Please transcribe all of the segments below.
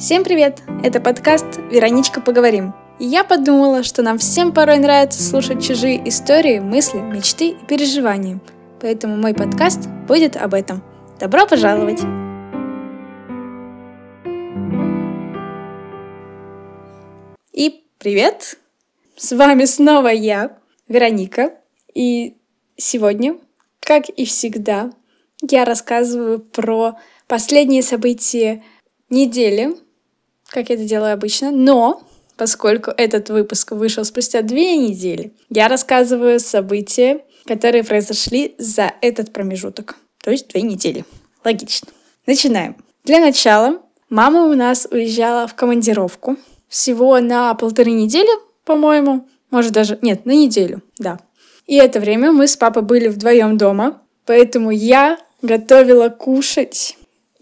Всем привет! Это подкаст «Вероничка, поговорим». И я подумала, что нам всем порой нравится слушать чужие истории, мысли, мечты и переживания. Поэтому мой подкаст будет об этом. Добро пожаловать! И привет! С вами снова я, Вероника. И сегодня, как и всегда, я рассказываю про последние события недели, как я это делаю обычно, но поскольку этот выпуск вышел спустя 2 недели, я рассказываю события, которые произошли за этот промежуток, то есть 2 недели. Логично. Начинаем. Для начала, мама у нас уезжала в командировку всего на 1,5 недели, по-моему, может даже, нет, на неделю, да. И это время мы с папой были вдвоем дома, поэтому я готовила кушать.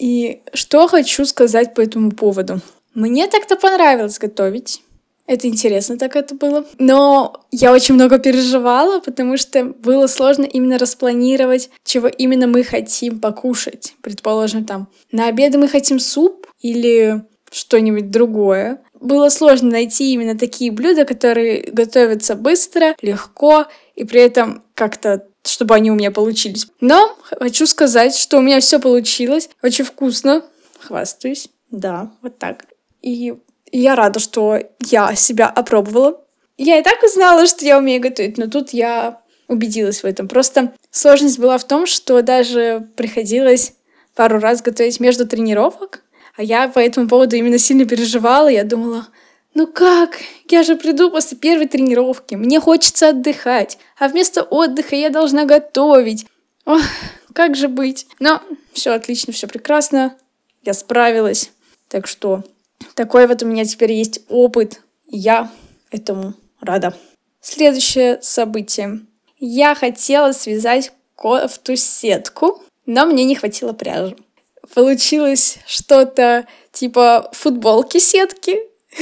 И что хочу сказать по этому поводу. Мне так-то понравилось готовить. Это интересно так это было. Но я очень много переживала, потому что было сложно именно распланировать, чего именно мы хотим покушать. Предположим, там, на обед мы хотим суп или что-нибудь другое. Было сложно найти именно такие блюда, которые готовятся быстро, легко, и при этом как-то, чтобы они у меня получились. Но хочу сказать, что у меня все получилось. Очень вкусно. Хвастаюсь. Да, вот так. И я рада, что я себя опробовала. Я и так знала, что я умею готовить, но тут я убедилась в этом. Просто сложность была в том, что даже приходилось пару раз готовить между тренировок, а я по этому поводу именно сильно переживала. Я думала, ну как? Я же приду после первой тренировки, мне хочется отдыхать, а вместо отдыха я должна готовить. Ох, как же быть? Но все отлично, все прекрасно, я справилась. Так что такой вот у меня теперь есть опыт, и я этому рада. Следующее событие. Я хотела связать кофту-сетку, но мне не хватило пряжи. Получилось что-то типа футболки-сетки,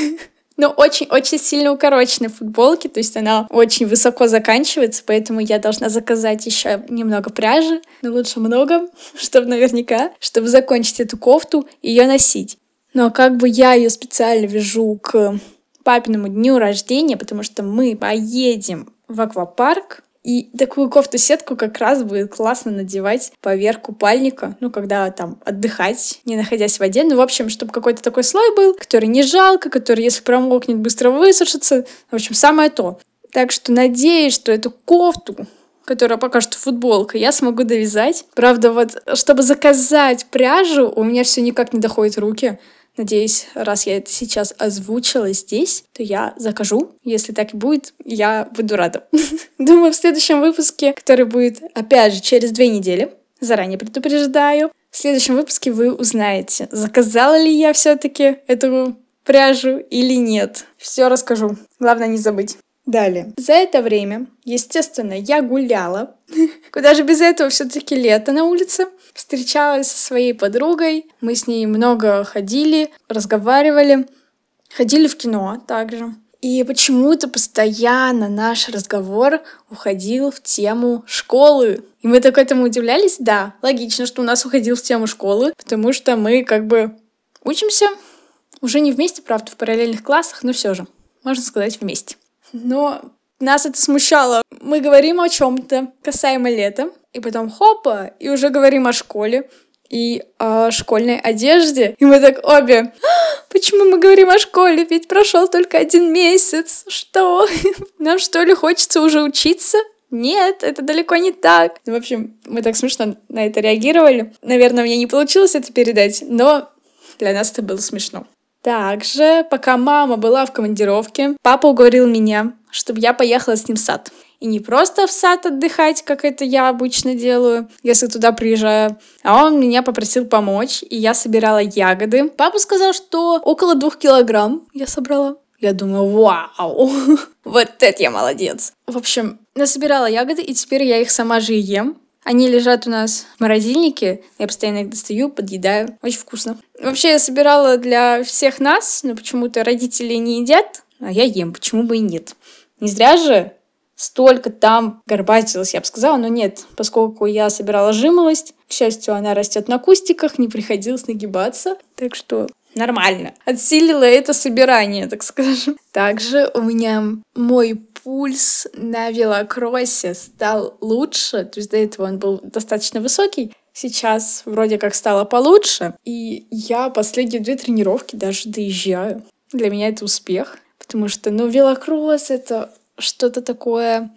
но очень-очень сильно укороченной футболки, то есть она очень высоко заканчивается, поэтому я должна заказать еще немного пряжи, но лучше много, чтобы наверняка, чтобы закончить эту кофту и ее носить. Но как бы я ее специально вяжу к папиному дню рождения, потому что мы поедем в аквапарк, и такую кофту-сетку как раз будет классно надевать поверх купальника, когда там отдыхать, не находясь в воде. В общем, чтобы какой-то такой слой был, который не жалко, который, если промокнет, быстро высушится. В общем, самое то. Так что надеюсь, что эту кофту, которая пока что футболка, я смогу довязать. Правда, вот, чтобы заказать пряжу, у меня все никак не доходят руки. Надеюсь, раз я это сейчас озвучила здесь, то я закажу. Если так и будет, я буду рада. Думаю, в следующем выпуске, который будет, опять же, через 2 недели, заранее предупреждаю, в следующем выпуске вы узнаете, заказала ли я все-таки эту пряжу или нет. Все расскажу. Главное не забыть. Далее. За это время, естественно, я гуляла. Куда же без этого, все-таки лето на улице. Встречалась со своей подругой. Мы с ней много ходили, разговаривали. Ходили в кино также. И почему-то постоянно наш разговор уходил в тему школы. И мы так этому удивлялись. Да, логично, что у нас уходил в тему школы, потому что мы учимся. Уже не вместе, правда, в параллельных классах, но все же, можно сказать, вместе. Но нас это смущало. Мы говорим о чем-то касаемо лета, и потом хопа, и уже говорим о школе и о школьной одежде. И мы так обе, почему мы говорим о школе? Ведь прошел только 1 месяц. Что? Нам что ли хочется уже учиться? Нет, это далеко не так. В общем, мы так смешно на это реагировали. Наверное, мне не получилось это передать, но для нас это было смешно. Также, пока мама была в командировке, папа уговорил меня, чтобы я поехала с ним в сад. И не просто в сад отдыхать, как это я обычно делаю, если туда приезжаю, а он меня попросил помочь, и я собирала ягоды. Папа сказал, что около 2 килограмм я собрала. Я думаю, вау, вот это я молодец. В общем, насобирала ягоды, и теперь я их сама же ем. Они лежат у нас в морозильнике, я постоянно их достаю, подъедаю. Очень вкусно. Вообще, я собирала для всех нас, но почему-то родители не едят, а я ем, почему бы и нет. Не зря же столько там горбатилась, я бы сказала, но нет, поскольку я собирала жимолость, к счастью, она растет на кустиках, не приходилось нагибаться, так что нормально. Отсилила это собирание, так скажем. Также у меня мой пульс на велокроссе стал лучше. То есть до этого он был достаточно высокий. Сейчас вроде как стало получше. И я последние 2 тренировки даже доезжаю. Для меня это успех. Потому что, велокросс — это что-то такое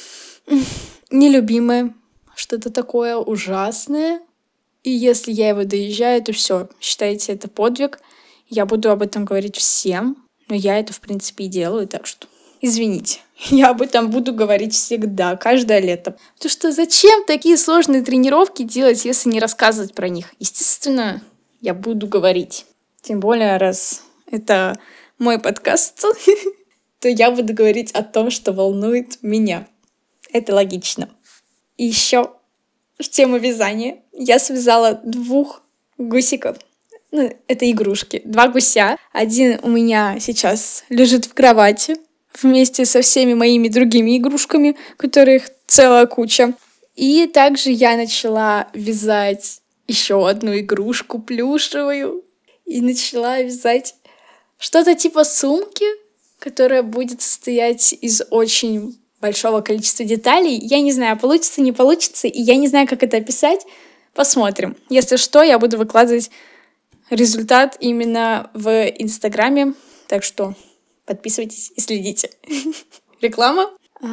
нелюбимое, что-то такое ужасное. И если я его доезжаю, то все, считайте, это подвиг. Я буду об этом говорить всем, но я это, в принципе, и делаю, так что извините. Я об этом буду говорить всегда, каждое лето. Потому что зачем такие сложные тренировки делать, если не рассказывать про них? Естественно, я буду говорить. Тем более, раз это мой подкаст, то я буду говорить о том, что волнует меня. Это логично. И еще в тему вязания я связала 2 гусиков. Это игрушки. 2 гуся. Один у меня сейчас лежит в кровати вместе со всеми моими другими игрушками, которых целая куча. И также я начала вязать еще одну игрушку плюшевую. И начала вязать что-то типа сумки, которая будет состоять из очень большого количества деталей. Я не знаю, получится, не получится, и я не знаю, как это описать. Посмотрим. Если что, я буду выкладывать результат именно в Инстаграме, так что подписывайтесь и следите. Реклама.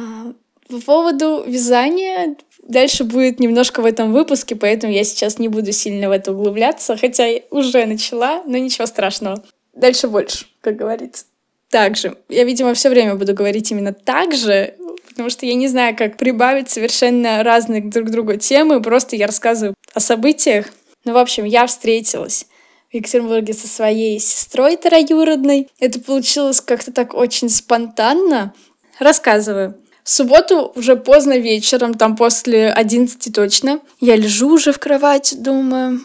По поводу вязания дальше будет немножко в этом выпуске, поэтому я сейчас не буду сильно в это углубляться, хотя уже начала, но ничего страшного. Дальше больше, как говорится. Также, я, видимо, все время буду говорить именно так же, потому что я не знаю, как прибавить совершенно разные друг к другу темы, просто я рассказываю о событиях. В общем, я встретилась в Екатеринбурге со своей сестрой троюродной. Это получилось как-то так очень спонтанно. Рассказываю. В субботу уже поздно вечером, там после 11 точно, я лежу уже в кровати, думаю,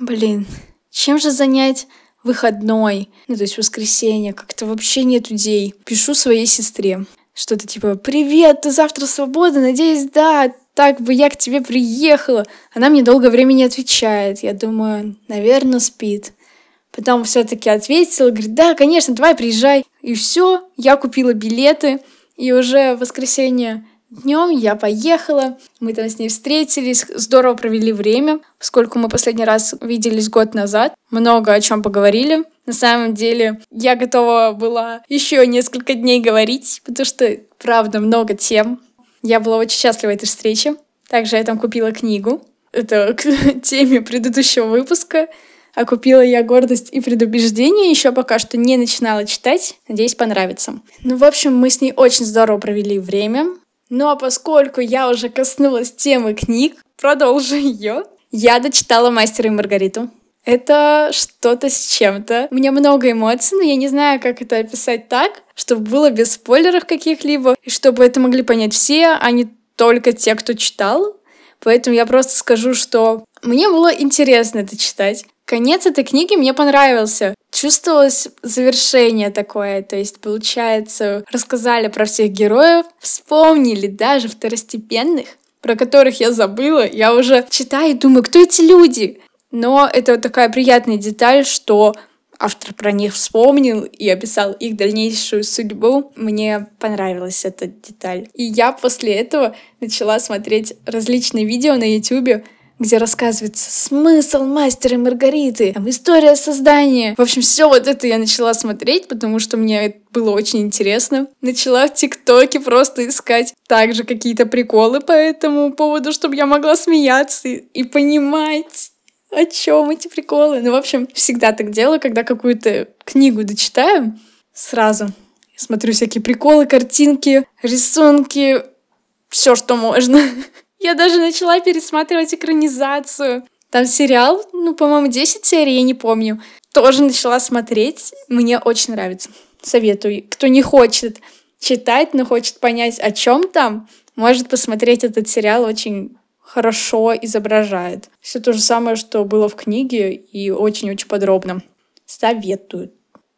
чем же занять выходной, то есть воскресенье, как-то вообще нет идей. Пишу своей сестре что-то типа: «Привет, ты завтра свободна? Надеюсь, да, так бы я к тебе приехала». Она мне долгое время не отвечает. Я думаю, наверное, спит. Потом все-таки ответила, говорит: «Да, конечно, давай приезжай». И все, я купила билеты, и уже в воскресенье днем я поехала, мы там с ней встретились, здорово провели время, поскольку мы последний раз виделись год назад, много о чем поговорили. На самом деле, я готова была еще несколько дней говорить, потому что, правда, много тем. Я была очень счастлива этой встрече. Также я там купила книгу. Это к теме предыдущего выпуска. А купила я «Гордость и предубеждение». Еще пока что не начинала читать. Надеюсь, понравится. В общем, мы с ней очень здорово провели время. А поскольку я уже коснулась темы книг, продолжу ее. Я дочитала «Мастера и Маргариту». Это что-то с чем-то. У меня много эмоций, но я не знаю, как это описать так, чтобы было без спойлеров каких-либо, и чтобы это могли понять все, а не только те, кто читал. Поэтому я просто скажу, что мне было интересно это читать. Конец этой книги мне понравился. Чувствовалось завершение такое, то есть, получается, рассказали про всех героев, вспомнили даже второстепенных, про которых я забыла. Я уже читаю и думаю, кто эти люди? Но это такая приятная деталь, что автор про них вспомнил и описал их дальнейшую судьбу. Мне понравилась эта деталь. И я после этого начала смотреть различные видео на YouTube, где рассказывается смысл «Мастера и Маргариты», там история создания. В общем, все вот это я начала смотреть, потому что мне было очень интересно. Начала в ТикТоке просто искать также какие-то приколы по этому поводу, чтобы я могла смеяться и понимать, о чем эти приколы. В общем, всегда так делаю, когда какую-то книгу дочитаю, сразу смотрю всякие приколы, картинки, рисунки, все, что можно. Я даже начала пересматривать экранизацию. Там сериал, по-моему, 10 серий, я не помню. Тоже начала смотреть. Мне очень нравится. Советую. Кто не хочет читать, но хочет понять, о чем там, может посмотреть этот сериал. Очень хорошо изображает. Все то же самое, что было в книге, и очень-очень подробно. Советую.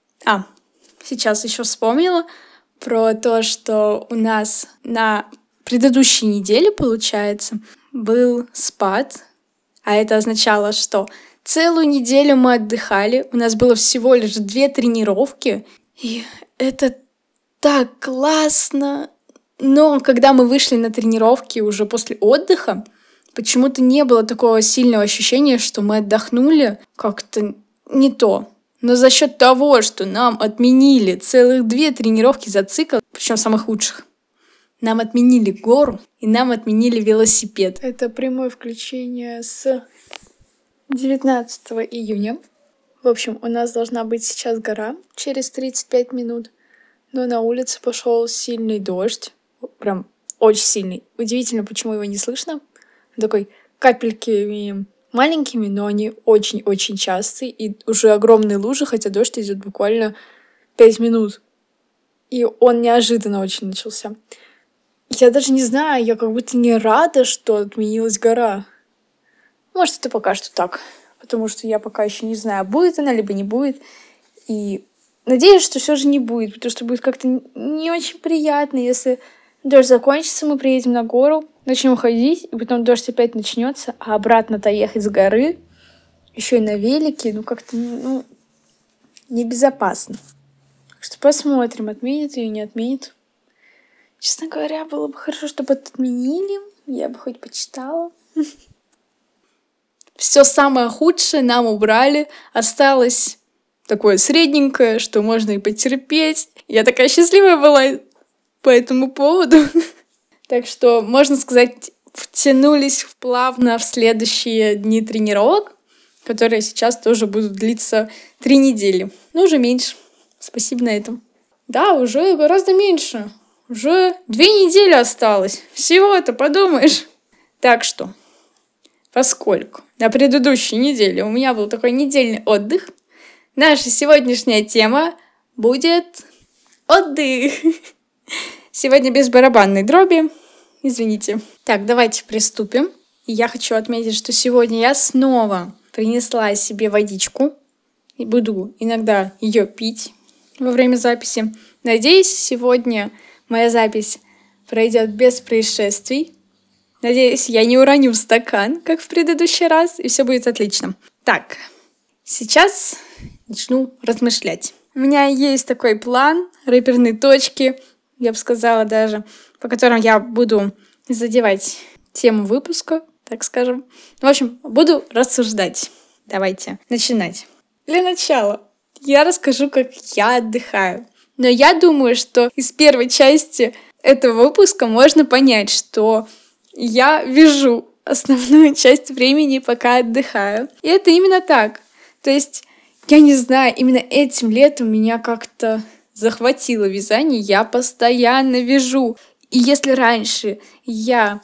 Сейчас еще вспомнила про то, что у нас на предыдущей неделе, получается, был спад, а это означало, что Целую неделю мы отдыхали, у нас было всего лишь 2 тренировки, и это так классно. Но когда мы вышли на тренировки уже после отдыха, почему-то не было такого сильного ощущения, что мы отдохнули, как-то не то. Но за счет того, что нам отменили целых 2 тренировки за цикл, причем самых лучших, нам отменили гору и нам отменили велосипед. Это прямое включение с 19 июня. В общем, у нас должна быть сейчас гора через 35 минут, но на улице пошел сильный дождь, прям очень сильный. Удивительно, почему его не слышно. Такой капельки маленькими, но они очень-очень частые, и уже огромные лужи, хотя дождь идет буквально 5 минут. И он неожиданно очень начался. Я даже не знаю, я как будто не рада, что отменилась гора. Может, это пока что так, потому что я пока еще не знаю, будет она либо не будет. И надеюсь, что все же не будет, потому что будет как-то не очень приятно, если дождь закончится, мы приедем на гору, начнем ходить, и потом дождь опять начнется, а обратно-то ехать с горы, еще и на велике, как-то, небезопасно. Так что посмотрим, отменит ее, не отменит. Честно говоря, было бы хорошо, чтобы это отменили, я бы хоть почитала. Все самое худшее нам убрали, осталось такое средненькое, что можно и потерпеть. Я такая счастливая была по этому поводу. Так что, можно сказать, втянулись плавно в следующие дни тренировок, которые сейчас тоже будут длиться 3 недели. Уже меньше. Спасибо на этом. Да, уже гораздо меньше. Уже 2 недели осталось. Всего-то, подумаешь. Так что, поскольку на предыдущей неделе у меня был такой недельный отдых, наша сегодняшняя тема будет отдых. Сегодня без барабанной дроби. Извините. Так, давайте приступим. И я хочу отметить, что сегодня я снова принесла себе водичку. И буду иногда ее пить во время записи. Надеюсь, сегодня моя запись пройдет без происшествий. Надеюсь, я не уроню стакан, как в предыдущий раз, и все будет отлично. Так, сейчас начну размышлять. У меня есть такой план, рэперные точки, я бы сказала даже, по которым я буду задевать тему выпуска, так скажем. В общем, буду рассуждать. Давайте начинать. Для начала я расскажу, как я отдыхаю. Но я думаю, что из первой части этого выпуска можно понять, что я вяжу основную часть времени, пока отдыхаю. И это именно так. То есть, я не знаю, именно этим летом меня как-то захватило вязание. Я постоянно вяжу. И если раньше я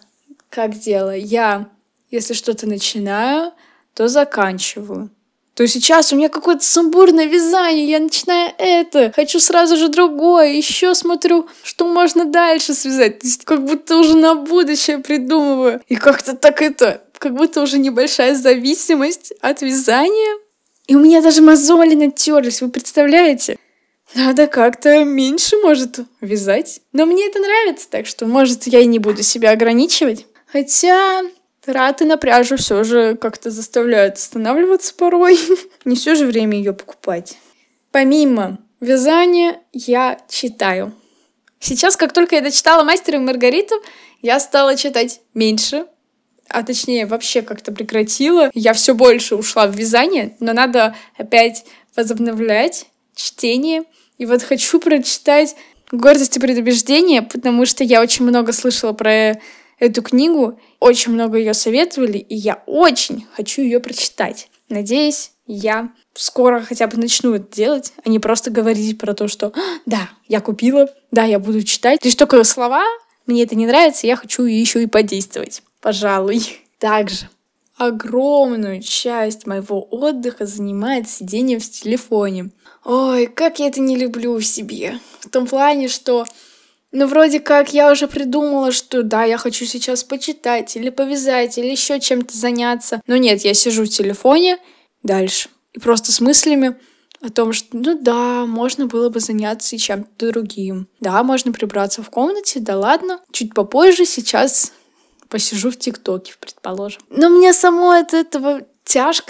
если что-то начинаю, то заканчиваю. То сейчас у меня какое-то сумбурное вязание, я начинаю это, хочу сразу же другое, еще смотрю, что можно дальше связать. То есть как будто уже на будущее придумываю. И как-то так как будто уже небольшая зависимость от вязания. И у меня даже мозоли натерлись, вы представляете? Надо как-то меньше, может, вязать. Но мне это нравится, так что, может, я и не буду себя ограничивать. Хотя траты на пряжу все же как-то заставляют останавливаться порой. Не все же время ее покупать. Помимо вязания я читаю. Сейчас, как только я дочитала «Мастера и Маргариту», я стала читать меньше. А точнее, вообще как-то прекратила. Я все больше ушла в вязание, но надо опять возобновлять чтение. И вот хочу прочитать «Гордость и предубеждение», потому что я очень много слышала про эту книгу, очень много ее советовали, и я очень хочу ее прочитать. Надеюсь, я скоро хотя бы начну это делать, а не просто говорить про то, что да, я купила, да, я буду читать. Лишь только слова, мне это не нравится, я хочу еще и подействовать. Пожалуй. Также огромную часть моего отдыха занимает сидение в телефоне. Ой, как я это не люблю в себе. В том плане, что вроде как я уже придумала, что да, я хочу сейчас почитать или повязать, или еще чем-то заняться. Но нет, я сижу в телефоне дальше. И просто с мыслями о том, что да, можно было бы заняться и чем-то другим. Да, можно прибраться в комнате, да ладно. Чуть попозже, сейчас посижу в ТикТоке, предположим. Но мне самой от этого тяжко,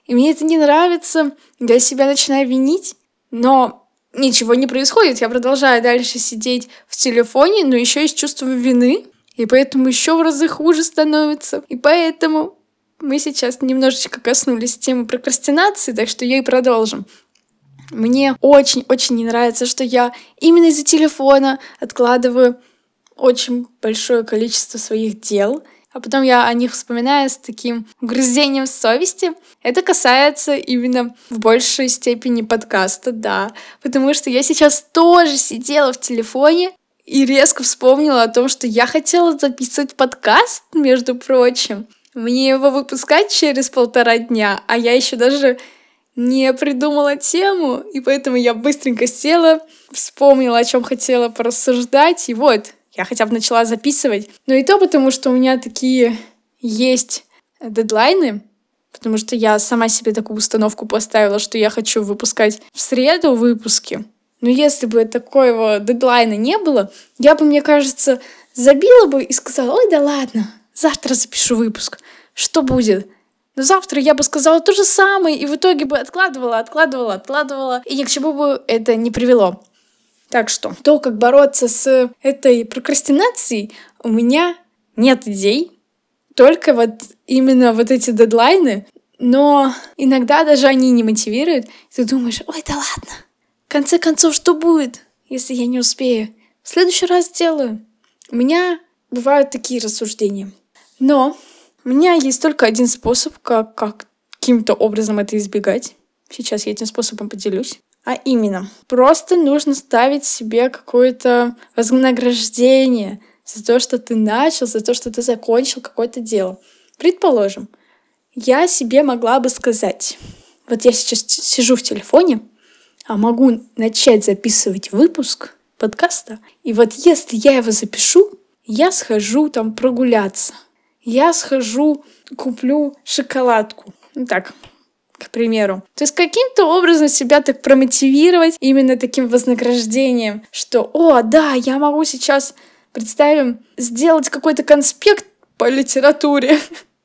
И мне это не нравится, я себя начинаю винить, но ничего не происходит. Я продолжаю дальше сидеть в телефоне, но еще и с чувством вины, и поэтому еще в разы хуже становится. И поэтому мы сейчас немножечко коснулись темы прокрастинации, так что ее и продолжим. Мне очень-очень не нравится, что я именно из-за телефона откладываю очень большое количество своих дел, а потом я о них вспоминаю с таким угрызением совести. Это касается именно в большей степени подкаста, да, потому что я сейчас тоже сидела в телефоне и резко вспомнила о том, что я хотела записывать подкаст, между прочим. Мне его выпускать через 1,5 дня, а я еще даже не придумала тему, и поэтому я быстренько села, вспомнила, о чем хотела порассуждать, и вот, я хотя бы начала записывать. Но и то потому, что у меня такие есть дедлайны, потому что я сама себе такую установку поставила, что я хочу выпускать в среду выпуски. Но если бы такого дедлайна не было, я бы, мне кажется, забила бы и сказала: ой, да ладно, завтра запишу выпуск. Что будет? Но завтра я бы сказала то же самое, и в итоге бы откладывала, и ни к чему бы это не привело. Так что, то, как бороться с этой прокрастинацией, у меня нет идей, только вот именно вот эти дедлайны, но иногда даже они не мотивируют. Ты думаешь: ой, да ладно, в конце концов, что будет, если я не успею? В следующий раз сделаю. У меня бывают такие рассуждения. Но у меня есть только один способ, как каким-то образом это избегать. Сейчас я этим способом поделюсь. А именно, просто нужно ставить себе какое-то вознаграждение за то, что ты начал, за то, что ты закончил какое-то дело. Предположим, я себе могла бы сказать: вот я сейчас сижу в телефоне, а могу начать записывать выпуск подкаста, и вот если я его запишу, я схожу там прогуляться, я схожу, куплю шоколадку. Ну так, к примеру. То есть каким-то образом себя так промотивировать именно таким вознаграждением, что, о, да, я могу сейчас, представим, сделать какой-то конспект по литературе,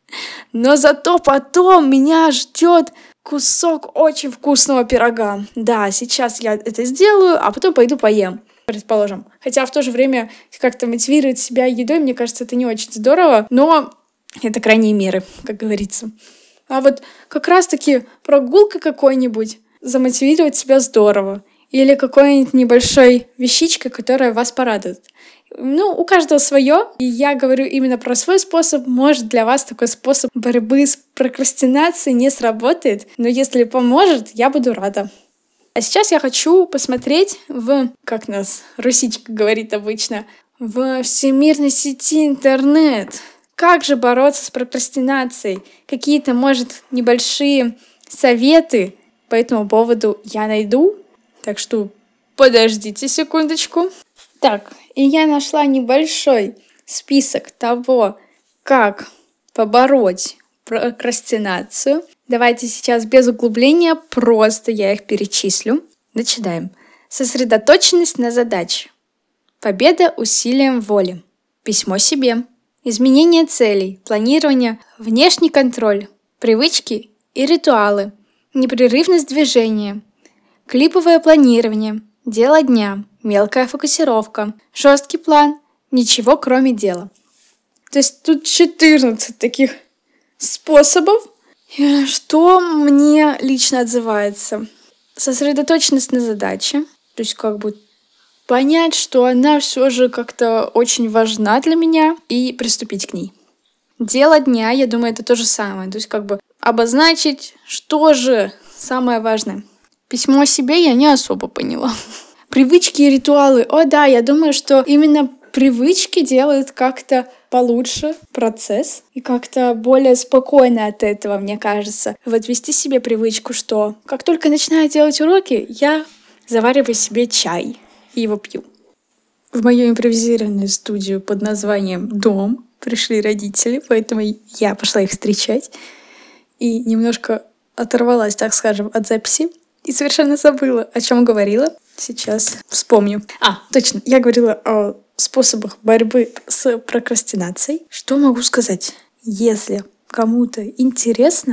но зато потом меня ждет кусок очень вкусного пирога. Да, сейчас я это сделаю, а потом пойду поем, предположим. Хотя в то же время как-то мотивировать себя едой, мне кажется, это не очень здорово, но это крайние меры, как говорится. А вот как раз-таки прогулка какой-нибудь замотивировать себя здорово. Или какой-нибудь небольшой вещичкой, которая вас порадует. Ну, у каждого свое. И я говорю именно про свой способ. Может, для вас такой способ борьбы с прокрастинацией не сработает. Но если поможет, я буду рада. А сейчас я хочу посмотреть как нас Русичка говорит обычно, в всемирной сети интернет. Как же бороться с прокрастинацией? Какие-то, может, небольшие советы по этому поводу я найду. Так что подождите секундочку. Так, и я нашла небольшой список того, как побороть прокрастинацию. Давайте сейчас без углубления, просто я их перечислю. Начинаем. Сосредоточенность на задаче. Победа усилием воли. Письмо себе. Изменение целей, планирование, внешний контроль, привычки и ритуалы, непрерывность движения, клиповое планирование, дело дня, мелкая фокусировка, жесткий план, ничего кроме дела. То есть тут 14 таких способов. Что мне лично отзывается? Сосредоточенность на задаче, то есть как бы понять, что она все же как-то очень важна для меня, и приступить к ней. Дело дня, я думаю, это то же самое. То есть как бы обозначить, что же самое важное. Письмо себе я не особо поняла. Привычки и ритуалы. О да, я думаю, что именно привычки делают как-то получше процесс и как-то более спокойно от этого, мне кажется. Вот вести себе привычку, что как только начинаю делать уроки, я завариваю себе чай и его пью. В мою импровизированную студию под названием «Дом» пришли родители, поэтому я пошла их встречать и немножко оторвалась, так скажем, от записи и совершенно забыла, о чем говорила. Сейчас вспомню. Точно, я говорила о способах борьбы с прокрастинацией. Что могу сказать? Если кому-то интересно,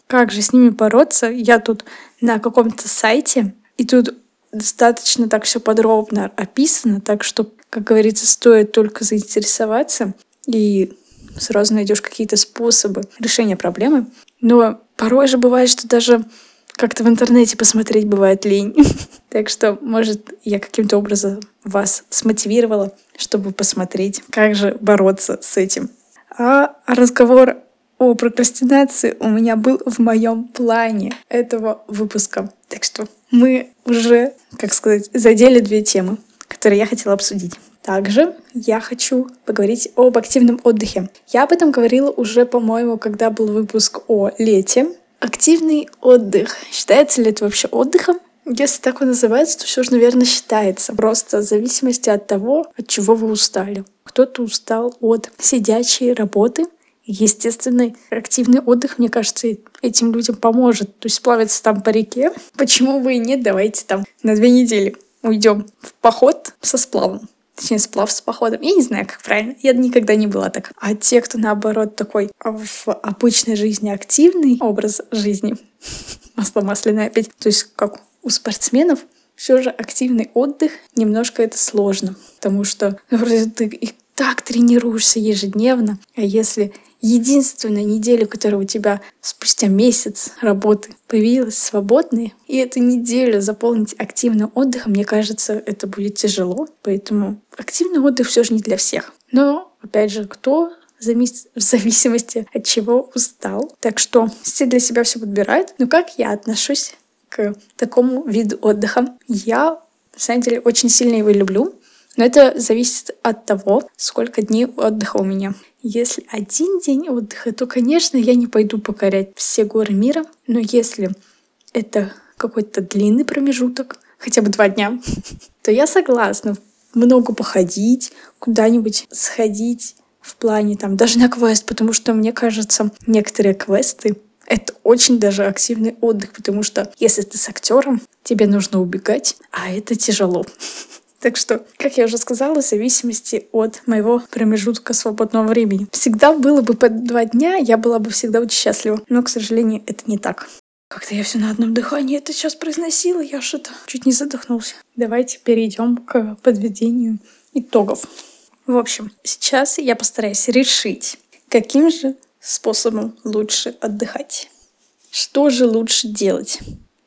как же с ними бороться? Я тут на каком-то сайте, и тут достаточно так все подробно описано, так что, как говорится, стоит только заинтересоваться, и сразу найдешь какие-то способы решения проблемы. Но порой же бывает, что даже как-то в интернете посмотреть бывает лень. Так что, может, я каким-то образом вас смотивировала, чтобы посмотреть, как же бороться с этим. А разговор о прокрастинации у меня был в моем плане этого выпуска. Так что мы уже, как сказать, задели 2 темы, которые я хотела обсудить. Также я хочу поговорить об активном отдыхе. Я об этом говорила уже, по-моему, когда был выпуск о лете. Активный отдых. Считается ли это вообще отдыхом? Если так он называется, то все же, наверное, считается. Просто в зависимости от того, от чего вы устали. Кто-то устал от сидячей работы. Естественный активный отдых, мне кажется, этим людям поможет. То есть сплавиться там по реке. Почему бы и нет? Давайте там на 2 недели уйдем в поход со сплавом. Точнее, сплав с походом. Я не знаю, как правильно. Я никогда не была так. А те, кто, наоборот, такой в обычной жизни активный образ жизни, масло масляное опять, то есть как у спортсменов, все же активный отдых немножко это сложно. Потому что, например, ты и так тренируешься ежедневно, а если единственная неделя, которая у тебя спустя месяц работы появилась свободной, и эту неделю заполнить активным отдыхом, мне кажется, это будет тяжело. Поэтому активный отдых все же не для всех. Но, опять же, кто в зависимости от чего устал. Так что все для себя все подбирают. Но как я отношусь к такому виду отдыха? Я, на самом деле, очень сильно его люблю. Но это зависит от того, сколько дней отдыха у меня. Если 1 день отдыха, то, конечно, я не пойду покорять все горы мира. Но если это какой-то длинный промежуток, хотя бы 2 дня, то я согласна много походить, куда-нибудь сходить в плане там даже на квест, потому что, мне кажется, некоторые квесты — это очень даже активный отдых, потому что если ты с актером, тебе нужно убегать, а это тяжело. Так что, как я уже сказала, в зависимости от моего промежутка свободного времени. Всегда было бы по 2 дня, я была бы всегда очень счастлива. Но, к сожалению, это не так. Как-то я все на одном дыхании это сейчас произносила, я что-то чуть не задохнулся. Давайте перейдем к подведению итогов. В общем, сейчас я постараюсь решить, каким же способом лучше отдыхать. Что же лучше делать?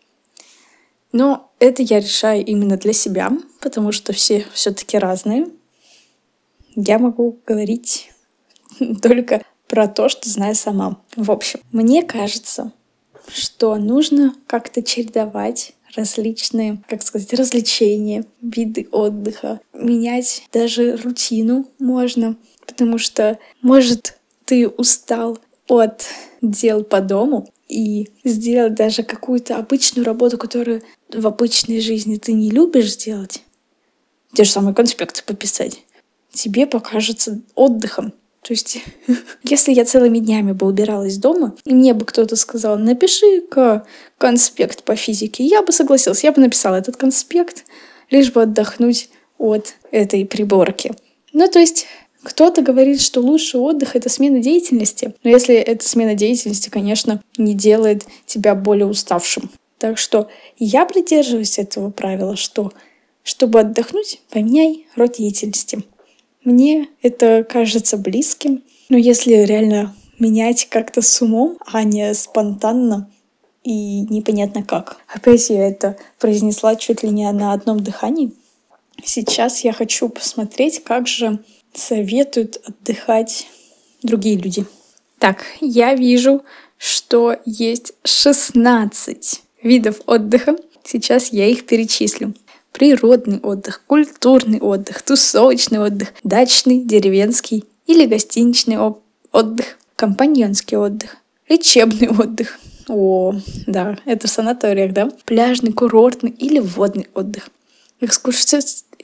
Но это я решаю именно для себя, потому что все-таки разные. Я могу говорить только про то, что знаю сама. В общем, мне кажется, что нужно как-то чередовать различные, как сказать, развлечения, виды отдыха. Менять даже рутину можно, потому что, может, ты устал от дел по дому, и сделать даже какую-то обычную работу, которую в обычной жизни ты не любишь делать, те же самые конспекты пописать, тебе покажется отдыхом. То есть, если я целыми днями бы убиралась дома, и мне бы кто-то сказал: напиши-ка конспект по физике, я бы согласилась, я бы написала этот конспект, лишь бы отдохнуть от этой приборки. Ну, то есть, кто-то говорит, что лучший отдых — это смена деятельности. Но если эта смена деятельности, конечно, не делает тебя более уставшим. Так что я придерживаюсь этого правила, что чтобы отдохнуть, поменяй род деятельности. Мне это кажется близким. Но если реально менять как-то с умом, а не спонтанно и непонятно как. Опять я это произнесла чуть ли не на одном дыхании. Сейчас я хочу посмотреть, как же советуют отдыхать другие люди. Так, я вижу, что есть 16 видов отдыха. Сейчас я их перечислю. Природный отдых, культурный отдых, тусовочный отдых, дачный, деревенский или гостиничный отдых, компаньонский отдых, лечебный отдых. О, да, это в санаториях, да? Пляжный, курортный или водный отдых. Экскурсия.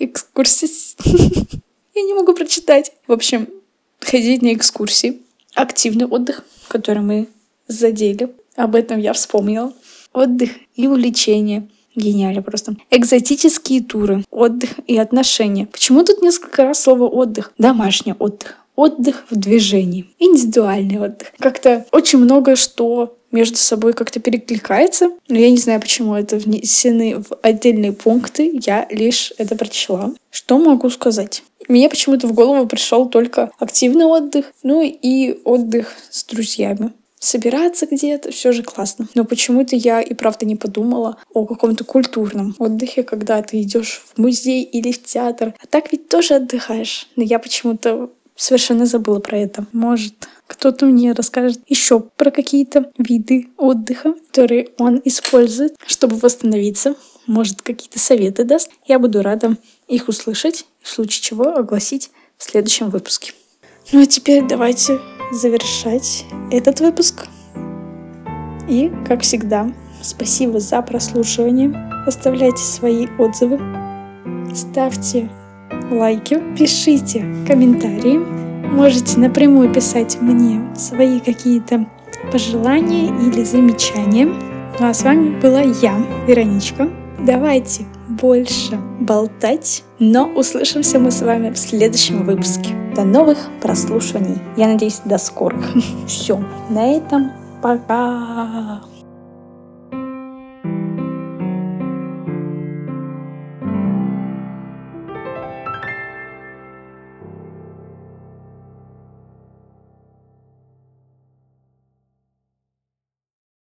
Я не могу прочитать. В общем, ходить на экскурсии. Активный отдых, который мы задели. Об этом я вспомнила. Отдых и увлечение. Гениально просто. Экзотические туры. Отдых и отношения. Почему тут несколько раз слово отдых? Домашний отдых. отдых в движении, индивидуальный отдых. Как-то очень много что между собой как-то перекликается, но я не знаю, почему это внесены в отдельные пункты, я лишь это прочла. Что могу сказать? Мне почему-то в голову пришел только активный отдых, ну и отдых с друзьями. Собираться где-то все же классно. Но почему-то я и правда не подумала о каком-то культурном отдыхе, когда ты идешь в музей или в театр. А так ведь тоже отдыхаешь. Но я почему-то совершенно забыла про это. Может, кто-то мне расскажет еще про какие-то виды отдыха, которые он использует, чтобы восстановиться. Может, какие-то советы даст. Я буду рада их услышать, в случае чего огласить в следующем выпуске. Ну а теперь давайте завершать этот выпуск. И, как всегда, спасибо за прослушивание. Оставляйте свои отзывы, ставьте лайки, пишите комментарии. Можете напрямую писать мне свои какие-то пожелания или замечания. Ну а с вами была я, Вероничка. Давайте больше болтать, но услышимся мы с вами в следующем выпуске. До новых прослушиваний. Я надеюсь, до скорых. Все. На этом пока.